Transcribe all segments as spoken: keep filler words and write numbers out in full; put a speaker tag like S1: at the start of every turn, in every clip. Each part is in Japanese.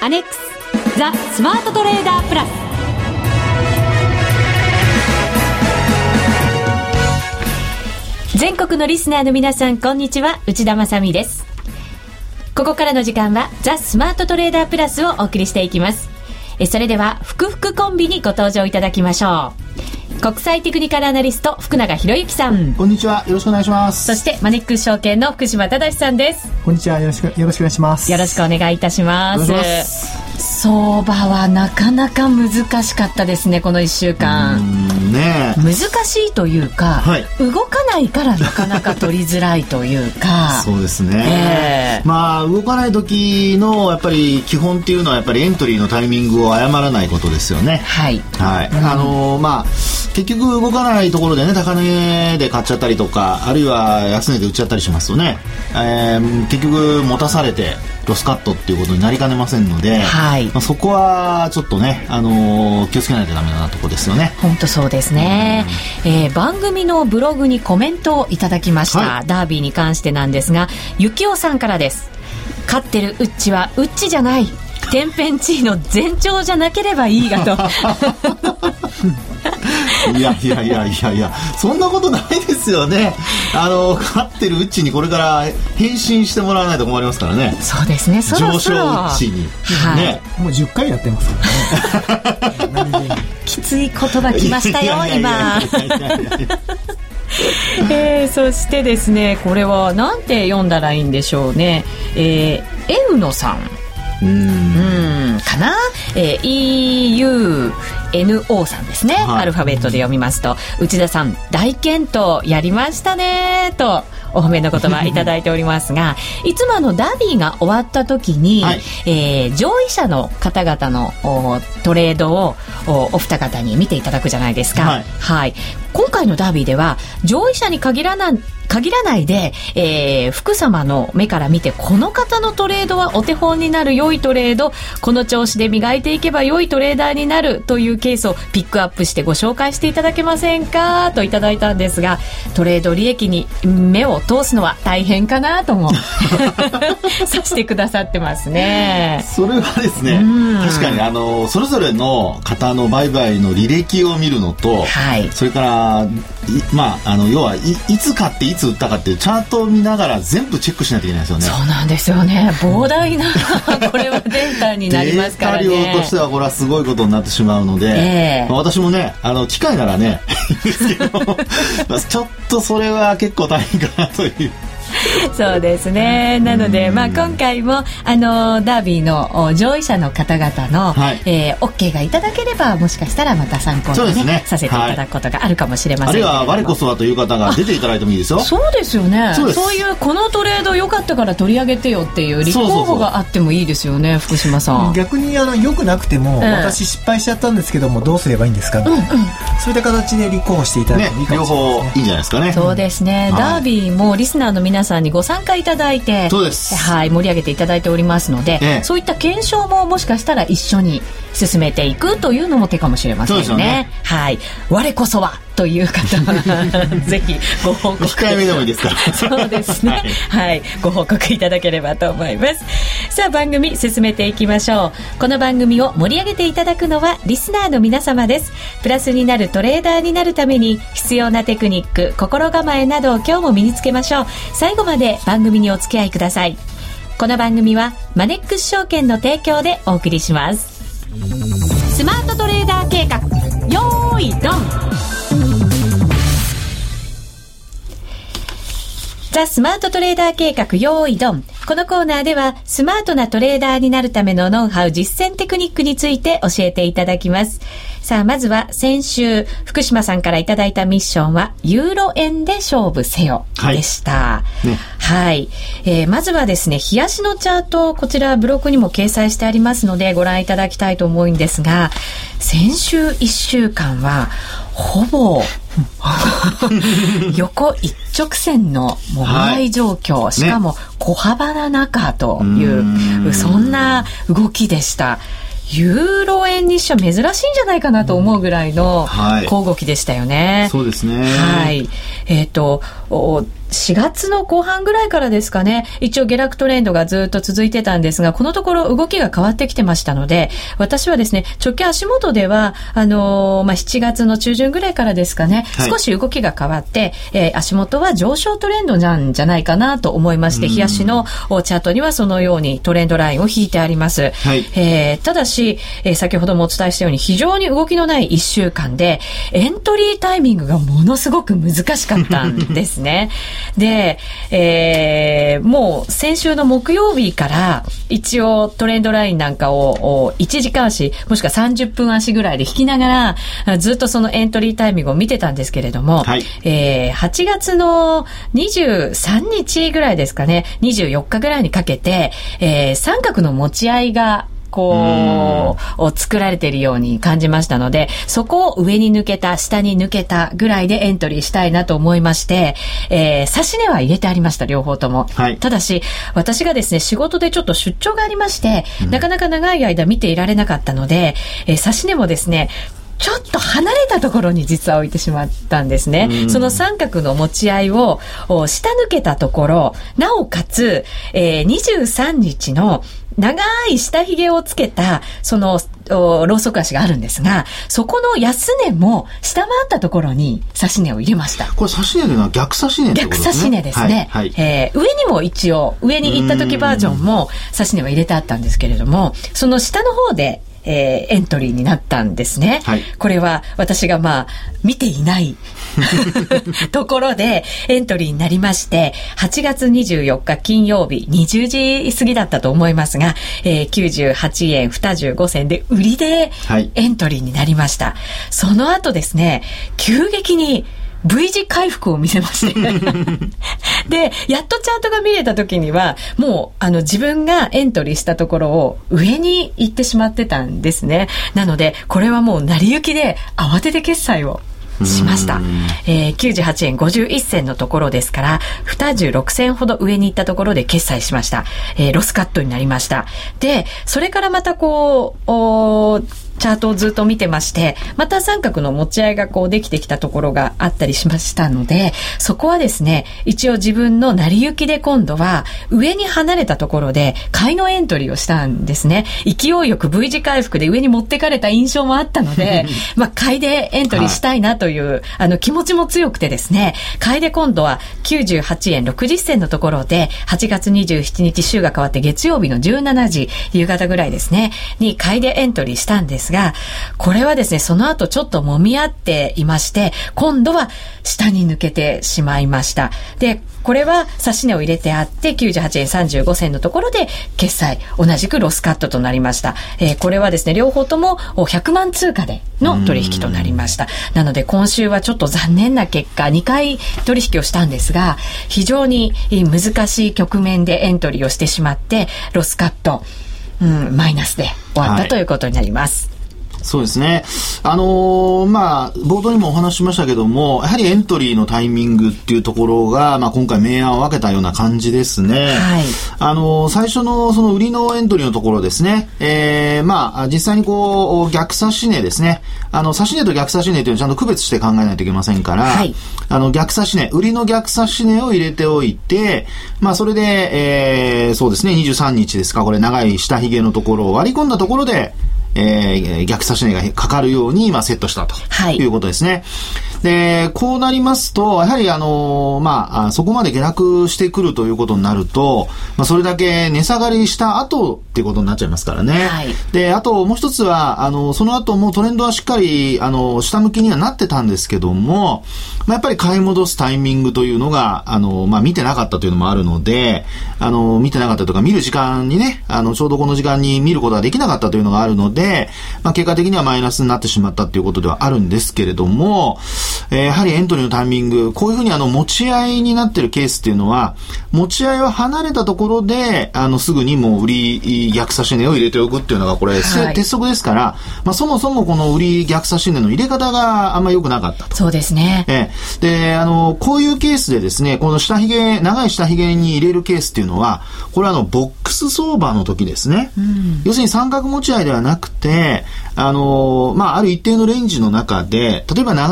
S1: アネックスザ・スマートトレーダープラス。全国のリスナーの皆さん、こんにちは、内田まさみです。ここからの時間はザ・スマートトレーダープラスをお送りしていきます。えそれでは福福コンビにご登場いただきましょう。国際テクニカルアナリスト福永博之さん、
S2: こんにちは、よろしくお願いします。
S1: そしてマネックス証券の福島正さんです。
S3: こんにちは、よろしくよろしくお願いします。
S1: よろしくお願いいたします。相場はなかなか難しかったですね、このいっしゅうかん。
S2: うんね、
S1: 難しいというか、はい、動かないからなかなか取りづらいというか
S2: そうですね、えー、まあ動かない時のやっぱり基本っていうのはやっぱりエントリーのタイミングを誤らないことですよね。
S1: はい、
S2: はい、うん、あのー、まあ結局動かないところでね、高値で買っちゃったりとか、あるいは安値で売っちゃったりしますとね、えー、結局持たされてロスカットっていうことになりかねませんので、はい、まあ、そこはちょっとね、あのー、気をつけないとダメなところですよね。
S1: 本当そうですね、うん、えー、番組のブログにコメントをいただきました、はい、ダービーに関してなんですが、ゆきおさんからです。勝ってるウッチはウッチじゃない、天変地異の前兆じゃなければいいがと
S2: いやいやいやいやいや、そんなことないですよね。あの勝ってるうちにこれから変身してもらわないと困りますからね。
S1: そうですね、そろそろ
S2: 上昇うちに、
S3: はい、ね、もうじゅっかいやってますからね
S1: きつい言葉来ましたよ今えー、そしてですね、これはなんて読んだらいいんでしょうね。えー、エウノさん、うーんかな、えー、イーユーエヌオー さんですね、はい、アルファベットで読みますと、内田さん大健闘やりましたねとお褒めの言葉いただいておりますがいつものダービーが終わった時に、はい、えー、上位者の方々のトレードを お, お二方に見ていただくじゃないですか。はい、はい、今回のダービーでは上位者に限らない限らないで、えー、福様の目から見てこの方のトレードはお手本になる良いトレード、この調子で磨いていけば良いトレーダーになるというケースをピックアップしてご紹介していただけませんかといただいたんですが、トレード利益に目を通すのは大変かなともさしてくださってますね。
S2: それはですね、確かにあのそれぞれの方の売買の履歴を見るのと、はい、それからまあ、あの要はい、いつ買っていつ売ったかっていうチャートを見ながら全部チェックしないといけないですよね。
S1: そうなんですよね、膨大なこれはデータになりますからね。
S2: データ量としてはこれはすごいことになってしまうので、えーまあ、私もね、あの機会ならねいいんですけどちょっとそれは結構大変かなという
S1: そうですね。なので、まあ、今回もあのダービーの上位者の方々の、はい、えー、OK がいただければもしかしたらまた参考に、ねね、させていただくことがあるかもしれませんけれども、
S2: あるいは我こそはという方が出ていただいてもいいですよ。
S1: そうですよね。そうです。そういうこのトレード良かったから取り上げてよっていう立候補があってもいいですよね。福島さん、
S3: 逆にあの良くなくても、うん、私失敗しちゃったんですけどもどうすればいいんですかみたいな、うんうん、そういった形で立候補していただいてもいいかもしれないですね。
S2: 両方いいんじゃないですかね。
S1: そうですね、はい、ダービーもリスナーの皆さんにご参加いただいて、
S2: そうです、
S1: はい、盛り上げていただいておりますので、ええ、そういった検証ももしかしたら一緒に進めていくというのも手かもしれません ね, ね、はい、我こそはという方はぜひご報告
S2: 控えめでもいいですから
S1: そうですね、はいはい、ご報告いただければと思います。さあ番組進めていきましょう。この番組を盛り上げていただくのはリスナーの皆様です。プラスになるトレーダーになるために必要なテクニック、心構えなどを今日も身につけましょう。最後まで番組にお付き合いください。この番組はマネックス証券の提供でお送りします。スマートトレーダー計画、よーいドン。ザ・スマートトレーダー計画、用意ドン。このコーナーではスマートなトレーダーになるためのノウハウ、実践テクニックについて教えていただきます。さあまずは先週福島さんからいただいたミッションはユーロ円で勝負せよでした。はい、ね、はい、えー、まずはですね、日足のチャート、こちらブログにも掲載してありますのでご覧いただきたいと思うんですが、先週いっしゅうかんはほぼ横一直線のもがい状況、はい、しかも小幅な中という、ね、そんな動きでした。ユーロ円にしては珍しいんじゃないかなと思うぐらいの小動きでしたよね。
S2: はい、そうですね。
S1: はい。えっと、 しがつの後半ぐらいからですかね、一応下落トレンドがずっと続いてたんですが、このところ動きが変わってきてましたので、私はですね、直近足元では、あのー、まあ、しちがつの中旬ぐらいからですかね、はい、少し動きが変わって、えー、足元は上昇トレンドなんじゃないかなと思いまして、日足のチャートにはそのようにトレンドラインを引いてあります。はい、えー、ただし、えー、先ほどもお伝えしたように非常に動きのないいっしゅうかんで、エントリータイミングがものすごく難しかったんですね。で、えー、もう先週の木曜日から一応トレンドラインなんかをいちじかん足もしくはさんじゅっぷん足ぐらいで引きながらずっとそのエントリータイミングを見てたんですけれども、はい、えー、はちがつのにじゅうさんにちぐらいですかね、にじゅうよっかぐらいにかけて、えー、三角の持ち合いがこう、を作られているように感じましたので、そこを上に抜けた、下に抜けたぐらいでエントリーしたいなと思いまして、えー、差し値は入れてありました、両方とも。はい、ただし、私がですね、仕事でちょっと出張がありまして、うん、なかなか長い間見ていられなかったので、えー、差し値もですね、ちょっと離れたところに実は置いてしまったんですね。その三角の持ち合いを下抜けたところ、なおかつ、えー、にじゅうさんにちの長い下髭をつけた、その、ローソク足があるんですが、そこの安値も下回ったところに差し値を入れました。
S2: これ差し値というのは逆差し値ってことですね。
S1: 逆差し値ですね。はいはい、えー、上にも一応、上に行った時バージョンも差し値は入れてあったんですけれども、その下の方で、えー、エントリーになったんですね。はい、これは私がまあ見ていないところでエントリーになりまして、はちがつにじゅうよっか金曜日にじゅうじ過ぎだったと思いますが、えー、きゅうじゅうはちえんにじゅうごせんで売りでエントリーになりました。はい、その後ですね、急激にV 字回復を見せましてで、やっとチャートが見れた時にはもうあの自分がエントリーしたところを上に行ってしまってたんですね。なのでこれはもう成り行きで慌てて決済をしました。えー、きゅうじゅうはちえんごじゅういっせんのところですからにじゅうろくせんほど上に行ったところで決済しました。えー、ロスカットになりました。で、それからまたこうチャートをずっと見てまして、また三角の持ち合いがこうできてきたところがあったりしましたので、そこはですね、一応自分の成り行きで今度は上に離れたところで買いのエントリーをしたんですね。勢いよく V 字回復で上に持ってかれた印象もあったのでまあ買いでエントリーしたいなという、はい、あの気持ちも強くてですね、買いで今度はきゅうじゅうはちえんろくじゅっせんのところではちがつにじゅうしちにち週が変わって月曜日のじゅうしちじ夕方ぐらいですねに買いでエントリーしたんですが、これはですね、その後ちょっと揉み合っていまして、今度は下に抜けてしまいました。で、これは差し値を入れてあってきゅうじゅうはちえんさんじゅうごせんのところで決済、同じくロスカットとなりました。えー、これはですね、両方ともひゃくまん通貨での取引となりました。なので今週はちょっと残念な結果、にかい取引をしたんですが、非常に難しい局面でエントリーをしてしまってロスカット、うん、マイナスで終わった、はい、ということになります。
S2: そうですね。あのー、まあ、冒頭にもお話ししましたけども、やはりエントリーのタイミングっていうところが、まあ、今回明暗を分けたような感じですね。はい。あのー、最初のその売りのエントリーのところですね。えー、まあ、実際にこう、逆差し値ですね。あの、差し値と逆差し値というのをちゃんと区別して考えないといけませんから、はい。あの、逆差し値、売りの逆差し値を入れておいて、まあ、それで、えー、そうですね、にじゅうさんにちですか、これ長い下髭のところを割り込んだところで、えー、逆差し値がかかるように、まあ、セットしたと、はい、いうことですね。で、こうなりますと、やはりあのー、まあ、そこまで下落してくるということになると、まあ、それだけ値下がりした後っていうことになっちゃいますからね。はい、で、あともう一つは、あの、その後もトレンドはしっかり、あの、下向きにはなってたんですけども、まあ、やっぱり買い戻すタイミングというのが、あの、まあ、見てなかったというのもあるので、あの、見てなかったとか、見る時間にね、あの、ちょうどこの時間に見ることができなかったというのがあるので、まあ、結果的にはマイナスになってしまったということではあるんですけれども、えー、やはりエントリーのタイミング、こういうふうにあの持ち合いになっているケースっていうのは、持ち合いは離れたところで、あのすぐにもう売り逆差し値を入れておくっていうのがこれ、はい、鉄則ですから、まあ、そもそもこの売り逆差し値の入れ方があんまり良くなかったと。
S1: そうですね。
S2: えー、で、あの、こういうケースでですね、この下髭、長い下髭に入れるケースっていうのは、これはあの、ボックス相場の時ですね。うん、要するに三角持ち合いではなくて、あの、まあ、ある一定のレンジの中で、例えば長い時間、あ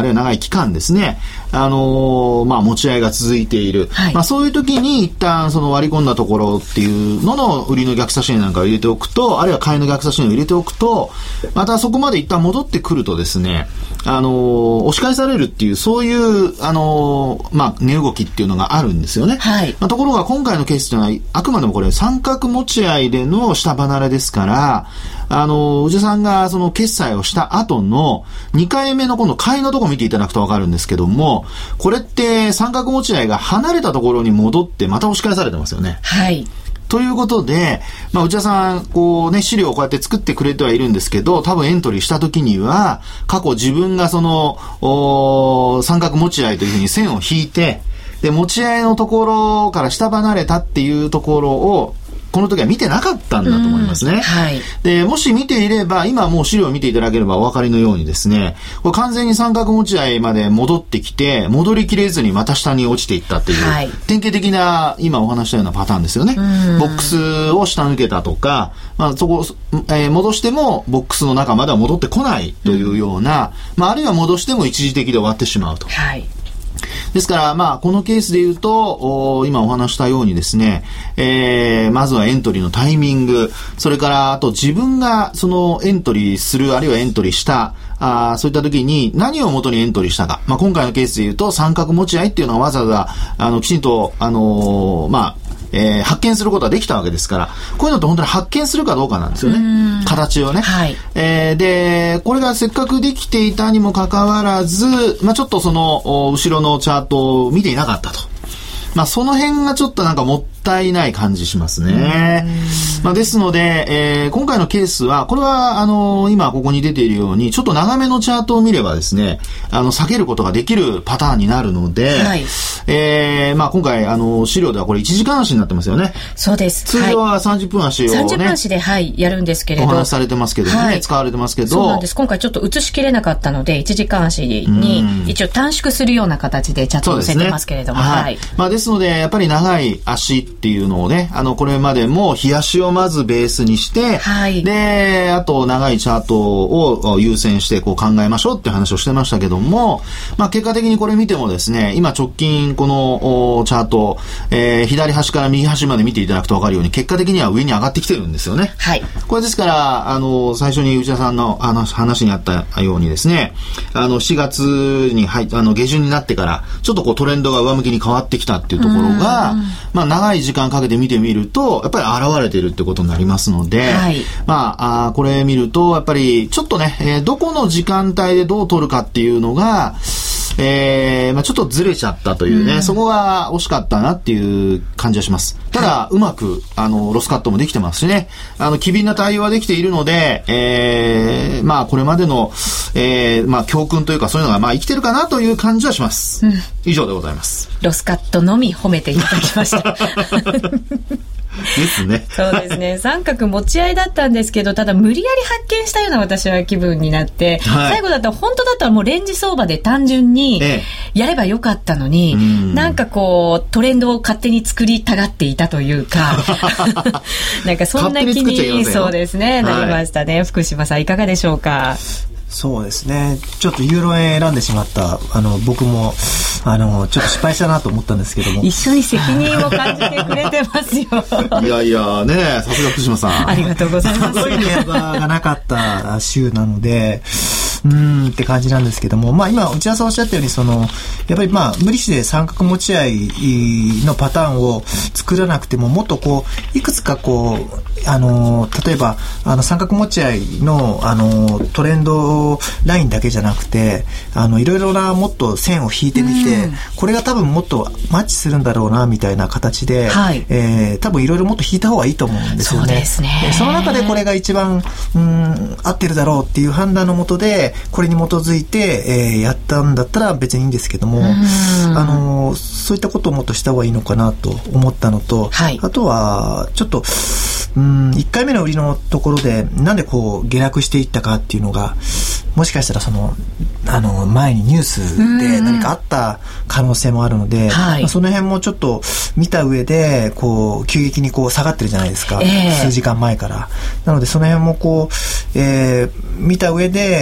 S2: あるいは長い期間ですね、あのー、まあ持ち合いが続いている、はい、まあそういう時に一旦その割り込んだところっていうのの売りの逆差し値なんかを入れておくと、あるいは買いの逆差し値を入れておくと、またそこまで一旦戻ってくるとですね、あのー、押し返されるっていうそういうあのー、まあ値動きっていうのがあるんですよね。はい、まあ、ところが今回のケースというのはあくまでもこれ三角持ち合いでの下離れですから、あの宇治さんがその決済をした後のにかいめの今度買いのとこ見ていただくと分かるんですけども、これって三角持ち合いが離れたところに戻ってまた押し返されてますよね。はい。ということで、まあ、内田さん、こうね、資料をこうやって作ってくれてはいるんですけど、多分エントリーした時には、過去自分がその、三角持ち合いというふうに線を引いて、で、持ち合いのところから下離れたっていうところを、この時は見てなかったんだと思いますね。はい。で、もし見ていれば、今もう資料を見ていただければお分かりのようにですね、これ完全に三角持ち合いまで戻ってきて、戻りきれずにまた下に落ちていったっていう、はい、典型的な今お話したようなパターンですよね。ボックスを下抜けたとか、まあそこ、えー、戻してもボックスの中までは戻ってこないというような、まああるいは戻しても一時的で終わってしまうと。はい。ですから、まあ、このケースで言うと、今お話したようにですね、えー、まずはエントリーのタイミング、それから、あと自分がそのエントリーする、あるいはエントリーした、あそういった時に何を元にエントリーしたか。まあ、今回のケースで言うと、三角持ち合いっていうのはわざわざ、あの、きちんと、あのー、まあ、えー、発見することができたわけですから、こういうのって本当に発見するかどうかなんですよね。形をね。はい。えー、で、これがせっかくできていたにもかかわらず、まあ、ちょっとその、後ろのチャートを見ていなかったと。まあ、その辺がちょっとなんかもったいない感じしますね。まあ、ですので、えー、今回のケースは、これは、あのー、今ここに出ているように、ちょっと長めのチャートを見ればですね、あの、避けることができるパターンになるので、はい、えー、まあ、今回、あの、資料ではこれいちじかん足になってますよね。
S1: そうです。
S2: 通常はさんじゅっぷん足をね、
S1: さんじゅっぷん足で、はい、やるんですけれど。
S2: お話しされてますけどね、はい、使われてますけど。
S1: そうなんです。今回ちょっと映しきれなかったので、いちじかん足に、一応短縮するような形でチャートを載せてますけれども、ね、はい。まあ、
S2: ですので、やっぱり長い足っていうのをね、あの、これまでも、日足をまずベースにして、はい、で、あと、長いチャートを優先して、こう考えましょうっていう話をしてましたけども、まあ、結果的にこれ見てもですね、今直近、この、チャート、えー、左端から右端まで見ていただくと分かるように、結果的には上に上がってきてるんですよね。はい。これですから、あの、最初に内田さんのあの話にあったようにですね、あの、しちがつに入っ、あの、下旬になってから、ちょっとこうトレンドが上向きに変わってきたっていうところが、まあ、長い時間かけて見てみると、やっぱり現れているってことになりますので、はい、まあ、あこれ見ると、やっぱり、ちょっとね、えー、どこの時間帯でどう取るかっていうのが、えー、まあちょっとずれちゃったというね、うん、そこが惜しかったなっていう感じはします。ただ、はい、うまく、あの、ロスカットもできてますしね、あの、機敏な対応はできているので、えー、まあこれまでの、えー、まあ教訓というかそういうのが、まあ生きてるかなという感じはします。うん、以上でございます。
S1: ロスカットのみ褒めていただきました。
S2: ですね。
S1: そうですね。三角持ち合いだったんですけど、ただ無理やり発見したような私は気分になって、はい、最後だったら本当だったらもうレンジ相場で単純にやればよかったのに、ええ、なんかこうトレンドを勝手に作りたがっていたというか、なんかそんな気にそうですね、なりましたね。はい、福島さんいかがでしょうか。
S3: そうですね。ちょっとユーロ円選んでしまったあの僕もあのちょっと失敗したなと思ったんですけども、
S1: 一緒に責任を感じてくれてますよ。
S2: いやいやね、さすが福島さん。
S1: ありがとうございます。
S3: すごい値幅がなかった週なので。うーんって感じなんですけども、まあ今内田さんおっしゃったようにそのやっぱりまあ無理して三角持ち合いのパターンを作らなくてももっとこういくつかこうあの例えばあの三角持ち合いのあのトレンドラインだけじゃなくてあのいろいろなもっと線を引いてみて、これが多分もっとマッチするんだろうなみたいな形で、はい、えー、多分いろいろもっと引いた方がいいと思うんですよね。
S1: そうですね。
S3: その中でこれが一番うん合ってるだろうっていう判断のもとでこれに基づいて、えー、やったんだったら別にいいんですけども、あのそういったことをもっとした方がいいのかなと思ったのと、はい、あとはちょっとうんいっかいめの売りのところでなんでこう下落していったかっていうのがもしかしたらそのあの前にニュースで何かあった可能性もあるので、はい、まあ、その辺もちょっと見た上でこう急激にこう下がってるじゃないですか、えー、数時間前から。なのでその辺もこう、えー、見た上で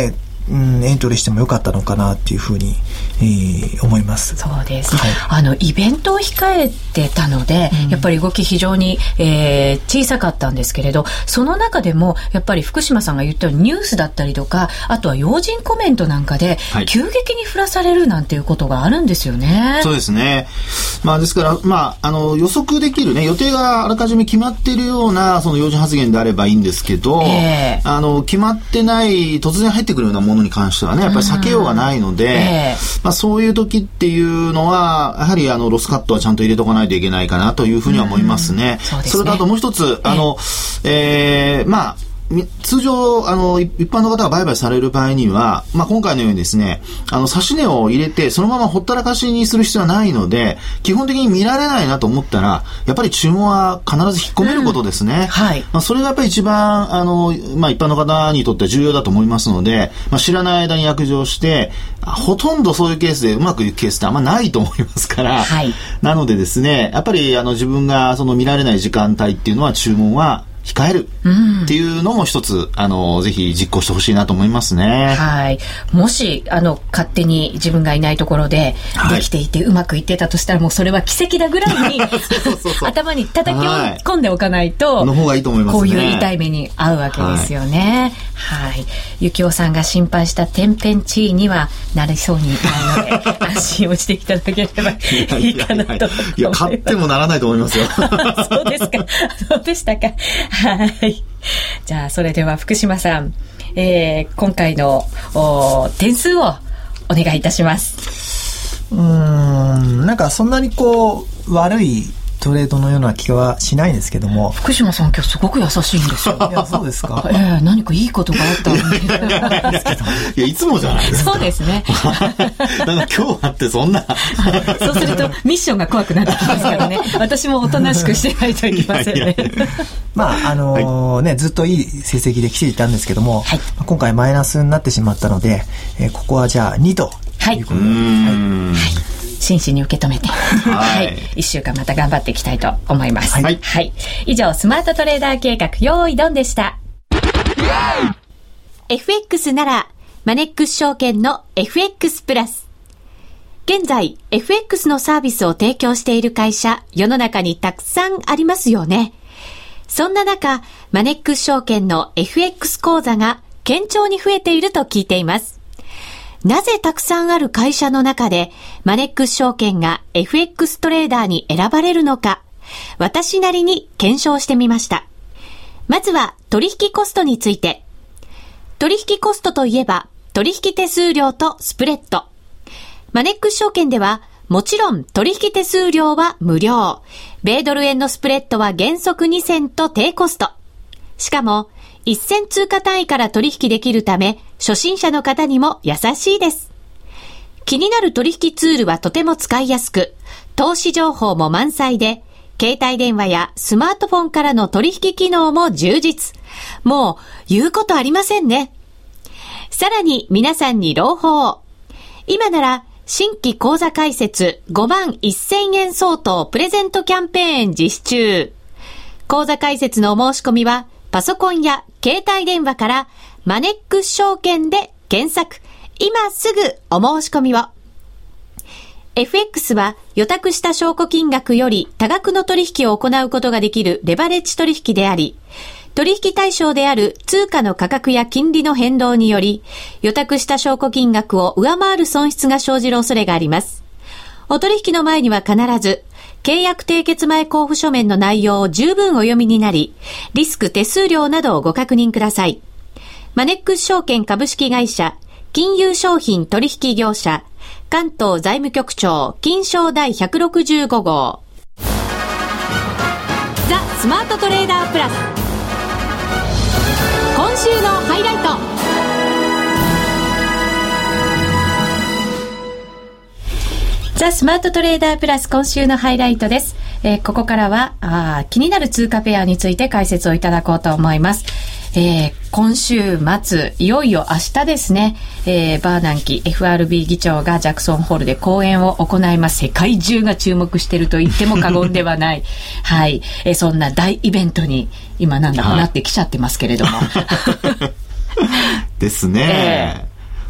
S3: うん、エントリーしてもよかったのかなっていうふうに、えー、思います。
S1: そうです、はい、あのイベントを控えてたので、うん、やっぱり動き非常に、えー、小さかったんですけれど、その中でもやっぱり福島さんが言ったようにニュースだったりとか、あとは要人コメントなんかで、はい、急激に振らされるなんていうことがあるんですよね。
S2: そうですね。まあですから、まあ、あの予測できるね、予定があらかじめ決まっているようなその要人発言であればいいんですけど、えー、あの決まってない突然入ってくるようなものに関してはね、やっぱり避けようがないので、えーまあ、そういう時っていうのはやはりあのロスカットはちゃんと入れとかないといけないかなというふうには思いますね。うん、そうですね。それとあともう一つ、あの、えー、えー、まあ通常あの一般の方が売買される場合には、まあ、今回のようにですね、あの指値を入れてそのままほったらかしにする必要はないので、基本的に見られないなと思ったらやっぱり注文は必ず引っ込めることですね。うん、はい。まあ、それがやっぱり一番あの、まあ、一般の方にとっては重要だと思いますので、まあ、知らない間に約定してほとんどそういうケースでうまくいくケースってあんまないと思いますから、はい、なのでですね、やっぱりあの自分がその見られない時間帯っていうのは注文は控えるっていうのも一つ、うん、あのぜひ実行してほしいなと思いますね。
S1: はい。もしあの勝手に自分がいないところでできていて、はい、うまくいってたとしたら、もうそれは奇跡だぐらいにそうそうそう頭に叩き込んでおかないと、はい、
S2: の方がいいと思いますね。
S1: こういう痛い目に遭うわけですよね。はい。はい、ゆきおさんが心配した天変地異にはなりそうにないので安心をしていただければいいかなと思います。
S2: いや、勝ってもならないと思いますよ。
S1: そうですか。そうでしたか。はい。じゃあそれでは福島さん、えー、今回の点数をお願いいたします。
S3: うーん、なんかそんなにこう悪いトレードのような気はしないんですけども。
S1: 福島さん今日すごく優しいんですよ。
S3: いや、そうですか。
S1: えー、何かいいことがあったんですけど。
S2: いや、いつもじゃないですか。
S1: そうですね。
S2: なんか今日あってそんな。
S1: そうするとミッションが怖くなってきますからね。私もおとなしくしてないといけませんね。いやいや
S3: まあ、あのーはい、ね、ずっといい成績で来ていたんですけども、はい、今回マイナスになってしまったので、えー、ここはじゃあにということで。はい。はい、
S1: 真摯に受け止めて、はい、はい、いっしゅうかんまた頑張っていきたいと思います。はい。はい、以上、スマートトレーダー計画、用意ドンでした。エフエックス なら、マネックス証券の エフエックス プラス。現在、エフエックス のサービスを提供している会社、世の中にたくさんありますよね。そんな中、マネックス証券の エフエックス 口座が堅調に増えていると聞いています。なぜたくさんある会社の中でマネックス証券が エフエックス トレーダーに選ばれるのか、私なりに検証してみました。まずは取引コストについて。取引コストといえば取引手数料とスプレッド。マネックス証券ではもちろん取引手数料は無料。米ドル円のスプレッドは原則に銭と低コスト。しかもいっ銭通貨単位から取引できるため、初心者の方にも優しいです。気になる取引ツールはとても使いやすく、投資情報も満載で、携帯電話やスマートフォンからの取引機能も充実。もう言うことありませんね。さらに皆さんに朗報。今なら新規口座開設ごまんせんえん相当プレゼントキャンペーン実施中。口座開設のお申し込みは、パソコンや携帯電話からマネックス証券で検索。今すぐお申し込みを。エフエックス は予託した証拠金額より多額の取引を行うことができるレバレッジ取引であり、取引対象である通貨の価格や金利の変動により、予託した証拠金額を上回る損失が生じる恐れがあります。お取引の前には必ず、契約締結前交付書面の内容を十分お読みになり、リスク手数料などをご確認ください。マネックス証券株式会社、金融商品取引業者、関東財務局長、金商第ひゃくろくじゅうご号。ザ・スマートトレーダープラス。今週のハイライト。ザ・スマートトレーダープラス今週のハイライトです。えー、ここからはあ気になる通貨ペアについて解説をいただこうと思います。えー、今週末、いよいよ明日ですね、えー、バーナンキ エフアールビー 議長がジャクソンホールで講演を行います。世界中が注目していると言っても過言ではない。はい、えー。そんな大イベントに今なんだかなってきちゃってますけれども。
S2: ですね。えー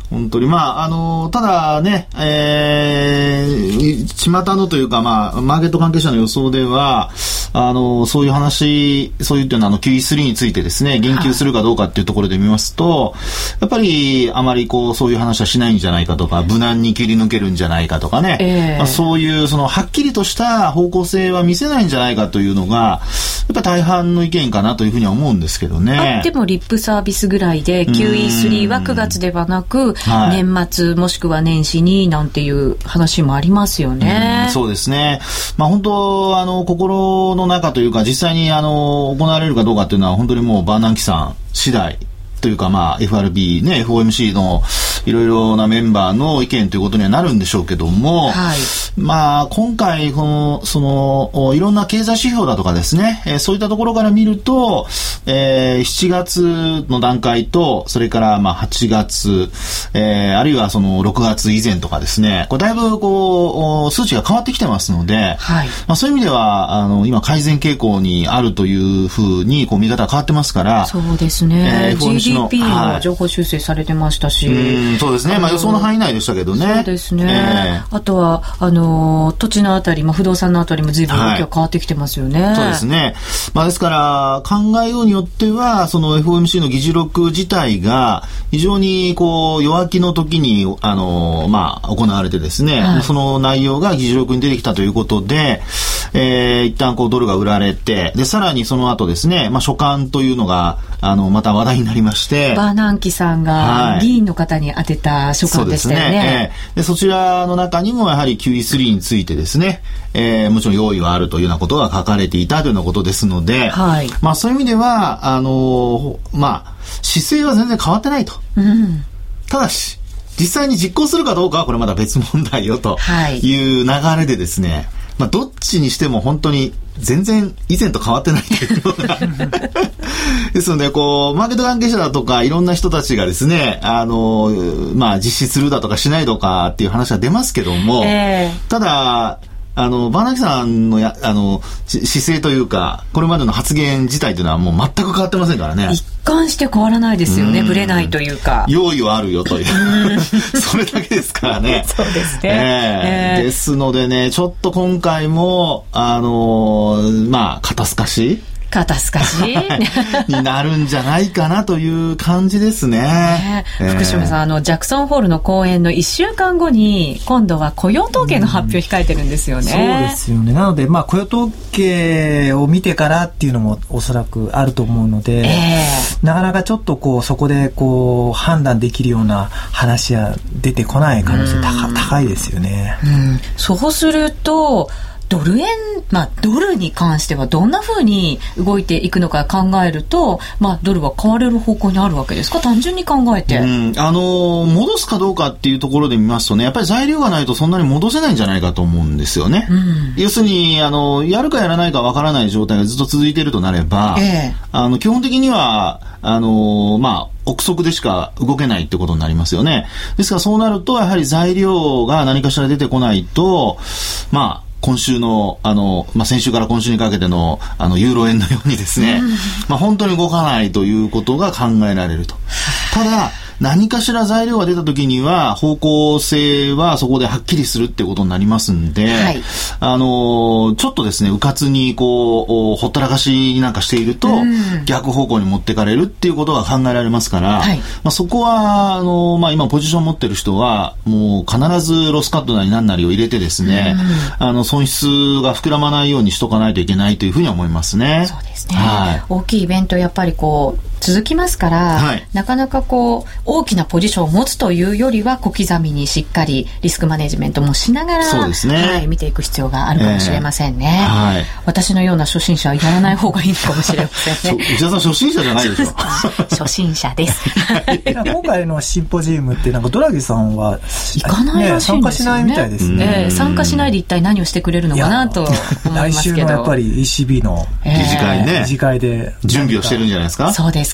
S2: 本当に、まあ、あの、ただね、えー、巷のというか、まあ、マーケット関係者の予想では、あの、そういう話、そういうっていうのは、あの、キューイースリー についてですね、言及するかどうかっていうところで見ますと、やっぱり、あまりこう、そういう話はしないんじゃないかとか、無難に切り抜けるんじゃないかとかね、えーまあ、そういう、その、はっきりとした方向性は見せないんじゃないかというのが、やっぱ大半の意見かなというふうには思うんですけどね。
S1: あってもリップサービスぐらいで、キューイースリー はくがつではなく、はい、年末もしくは年始になんていう話もありますよね。
S2: うん、そうですね。まあ本当あの心の中というか実際にあの行われるかどうかっていうのは本当にもうバーナンキさん次第というかまあ エフアールビー ね エフオーエムシー のいろいろなメンバーの意見ということにはなるんでしょうけども、はい、まあ今回このそのいろんな経済指標だとかですね、えー、そういったところから見ると、えー、しちがつの段階とそれからまあはちがつ、えー、あるいはそのろくがつ以前とかですね、これだいぶこう数値が変わってきてますので、はい、まあ、そういう意味ではあの今改善傾向にあるというふうにこう見方が変わってますから、
S1: そうですね、えー、ジーディーピー も情報修正されてましたし、
S2: はい、そうですね、まあ、予想の範囲内でしたけどね。
S1: そうですね、えー、あとはあの土地のあたり、まあ、不動産のあたりも随分動きが変わってきてますよね、
S2: はい、そうですね、まあ、ですから考えようによってはその エフオーエムシー の議事録自体が非常にこう弱気の時にあの、まあ、行われてですね、はい、その内容が議事録に出てきたということで、えー、一旦こうドルが売られて、でさらにその後ですね、まあ、書簡というのがあのまた話題になりまして、
S1: バーナンキさんが議員の方に宛てた書簡でしたよね。はい、そうですね、
S2: えー、でそちらの中にもやはり キューイースリー についてですね、えー、もちろん用意はあるというようなことが書かれていたというようなことですので、はい、まあ、そういう意味ではあのー、まあ、姿勢は全然変わってないと、うん、ただし実際に実行するかどうかはこれまだ別問題よという流れでですね、はい、まあ、どっちにしても本当に全然以前と変わってないというのがですので、こうマーケット関係者だとかいろんな人たちがですね、あのまあ実施するだとかしないとかっていう話は出ますけども、えー、ただあのバーナキさんのやあの姿勢というかこれまでの発言自体というのはもう全く変わってませんからね。
S1: 一貫して変わらないですよね。ぶれないというか
S2: 用意はあるよというそれだけですからね。
S1: そうですね、
S2: えーえー、ですのでね、ちょっと今回もあのまあ肩透かし
S1: 肩透かし
S2: になるんじゃないかなという感じですね。ね、
S1: えー、福島さん、あのジャクソンホールの講演のいっしゅうかんごに今度は雇用統計の発表控えてるんですよね。うん、
S3: そうですよね。なので、まあ、雇用統計を見てからっていうのもおそらくあると思うので、えー、なかなかちょっとこうそこでこう判断できるような話は出てこない可能性高、うん、高いですよね。
S1: うん、そうするとドル円、まあ、ドルに関してはどんな風に動いていくのか考えると、まあ、ドルは買われる方向にあるわけですか、単純に考えて。
S2: うん、あの戻すかどうかっていうところで見ますとね、やっぱり材料がないとそんなに戻せないんじゃないかと思うんですよね。うん、要するにあのやるかやらないかわからない状態がずっと続いているとなれば、ええ、あの基本的にはあのまあ憶測でしか動けないってことになりますよね。ですからそうなるとやはり材料が何かしら出てこないと、まあ今週の、あの、まあ、先週から今週にかけての、あの、ユーロ円のようにですね、うん、まあ、本当に動かないということが考えられると。ただ、何かしら材料が出た時には、方向性はそこではっきりするってことになりますんで、はい、あの、ちょっとですね、うかつにこう、ほったらかしなんかしていると、うん、逆方向に持ってかれるっていうことが考えられますから、はい、まあ、そこは、あの、まあ、今ポジション持ってる人は、もう必ずロスカットなり何なりを入れてですね、うん、あの、損失が膨らまないようにしとかないといけないというふうに思いますね。
S1: そうですね。はい、大きいイベントやっぱりこう、続きますから、はい、なかなかこう大きなポジションを持つというよりは小刻みにしっかりリスクマネジメントもしながら、
S2: そうですね、
S1: はい、見ていく必要があるかもしれませんね、えーはい、私のような初心者はやらない方がいいのかもしれませんね。
S2: 内田さん初心者じゃないでしょ。
S1: 初心者です
S3: 今回のシンポジウムってなんかドラギさんは
S1: 行かないらしいんですよね。参加しないみたいですね、えー、参加しないで一体何をしてくれるのかなと思いますけど、
S3: 来週のやっぱり イーシービー の
S2: 理事会ね、
S3: 理事会で
S2: 準備をしてるんじゃないですか。
S1: そうですか。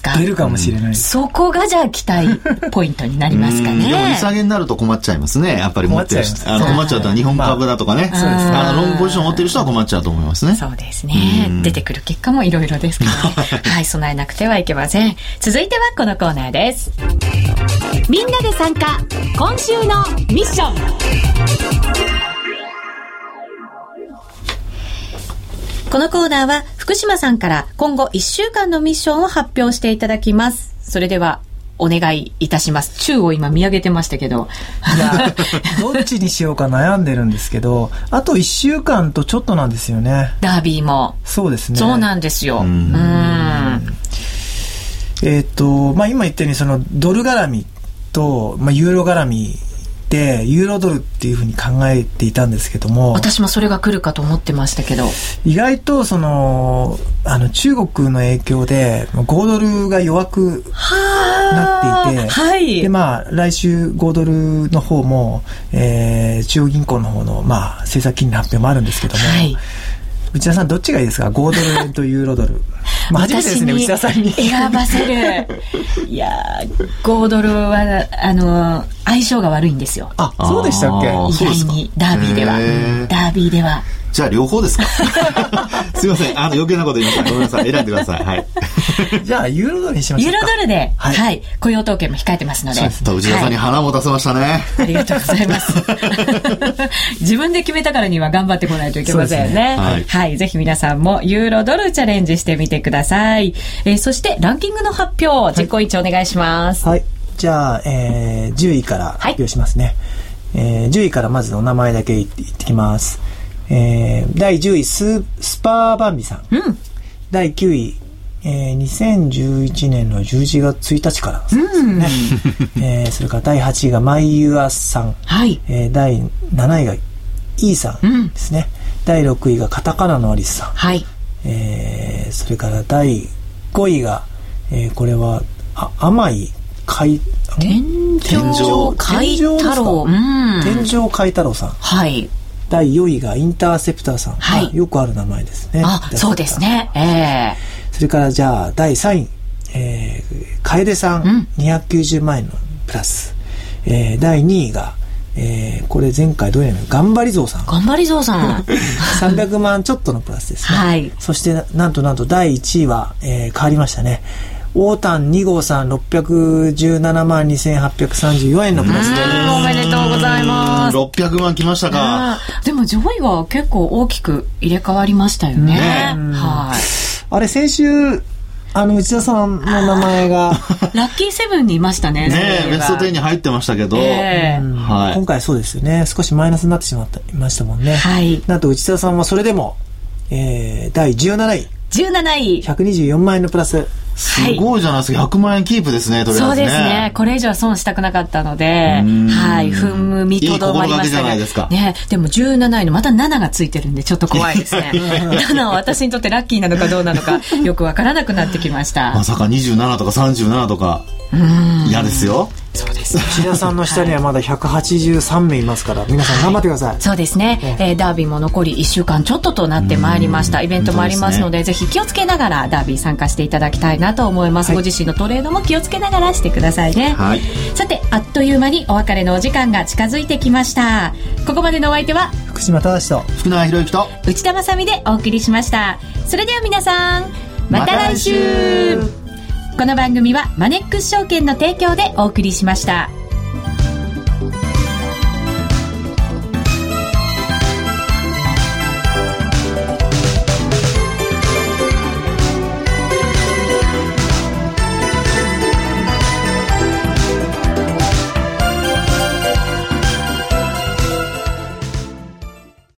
S1: か。
S3: 出るかもしれない。
S1: そこがじゃあ期待ポイントになりますかね。
S2: でも利下げになると困っちゃいますね。やっぱり持ってる人。あの困っちゃうと日本株だとかね。
S3: まあ、そうですね。
S2: あのロングポジション持ってる人は困っちゃうと思いますね。
S1: そうですね。出てくる結果もいろいろですからね。はい、備えなくてはいけません。続いてはこのコーナーです。みんなで参加、今週のミッション。このコーナーは福島さんから今後いっしゅうかんのミッションを発表していただきます。それではお願いいたします。宙を今見上げてましたけど。
S3: いや、どっちにしようか悩んでるんですけど、あといっしゅうかんとちょっとなんですよね。
S1: ダービーも。
S3: そうですね。
S1: そうなんですよ。うーん。
S3: えっと、まあ、今言ったようにそのドル絡みと、まあ、ユーロ絡みでユーロドルっていうふうに考えていたんですけども、
S1: 私もそれが来るかと思ってましたけど、
S3: 意外とそのあの中国の影響でごドルが弱くなっていて、
S1: はい、
S3: でまあ来週ごドルの方も、えー、中央銀行の方のまあ政策金利の発表もあるんごドル、はい、内田さんどっちがいいですか？ごドル円とユーロドル。まあ、初めてですね、内田さんに
S1: 選ばせる。いやー、ごドルはあの相性が悪いんですよ。
S3: あ、そうでしたっけ？
S1: 意外にダービーでは、ダービーでは。
S2: じゃあ両方ですか？すいません、あの余計なこと言いました。ごめんなさい、選んでください。はい。
S3: じゃあユーロドルにしましょうか。
S1: ユーロドルで、はい、はい、雇用統計も控えてますので。
S2: ちょっと内田さんに花も出せましたね。はい、
S1: ありがとうございます。自分で決めたからには頑張ってこないといけませんよね。ね、はい、はい、ぜひ皆さんもユーロドルチャレンジしてみてください。えー、そしてランキングの発表、実行委員長お願いします。
S3: はい。じゃあ、えー、じゅういから発表しますね。はい、えー、じゅういからまずお名前だけ言っていきます。えー、だいじゅういス、スパーバンビさん。うん、だいきゅうい、えー、にせんじゅういちねんのじゅういちがつついたちからですね。うんえー、それからだいはちいがマイユアさん。はい、えー、だいなないがイーさんですね。うん、だいろくいがカタカナのアリスさん。はい、えー、それからだいごいが、えー、これはあ甘い海
S1: 天井海太郎、
S3: 天井海太郎さん。はい。だいよんいがインターセプターさん。はい。よくある名前ですね。
S1: あ、そうですね。ええ
S3: ー。それからじゃあだいさんい、えー、楓さん、うん、にひゃくきゅうじゅうまんえんのプラス。えー、だいにいが、えー、これ前回どうやら頑張りぞうさん。
S1: 頑張りぞうさん。
S3: さんびゃくまんちょっとのプラスですね。はい。そしてなんとなんとだいいちいは、えー、変わりましたね。オータンにごうさんろっぴゃくじゅうななまんにせんはっぴゃくさんじゅうよんえんのプラスで
S1: おめでとうございます。
S2: ろっぴゃくまん来ましたか。
S1: でも上位は結構大きく入れ替わりましたよね。はい。
S3: あれ先週あの内田さんの名前が
S1: ラッキーセブンにいましたね。
S2: ねえベストじゅうに入ってましたけど、えー
S3: はい、今回そうですよね。少しマイナスになってしまったいましたもんね。はい。なんと内田さんはそれでも、えー、だいじゅうなない
S1: じゅうなない
S3: ひゃくにじゅうよんまんえんのプラス。
S2: すごいじゃないですか。ひゃくまんえんキープですね。とりあえずね。
S1: そうですね。これ以上は損したくなかったので、はい、踏みとどまりましたが。いい心がけじゃないですか。ね、でもじゅうなないのまたなながついてるんでちょっと怖いですね。ななは私にとってラッキーなのかどうなのかよくわからなくなってきました。
S2: まさかにじゅうななとかさんじゅうななとか嫌ですよ。
S1: そうですね。
S3: 内田さんの下にはまだひゃくはちじゅうさんめいいますから皆さん頑張ってください。はい、
S1: そうですね、えー、ダービーも残りいっしゅうかんちょっととなってまいりました。イベントもありますので、ね、ぜひ気をつけながらダービー参加していただきたいなと思います。はい、ご自身のトレードも気をつけながらしてくださいね。はい、さてあっという間にお別れのお時間が近づいてきました。ここまでのお相手は
S3: 福島正と
S2: 福永博之と
S1: 内田まさみでお送りしました。それでは皆さんまた来週、また来週。この番組はマネックス証券の提供でお送りしました。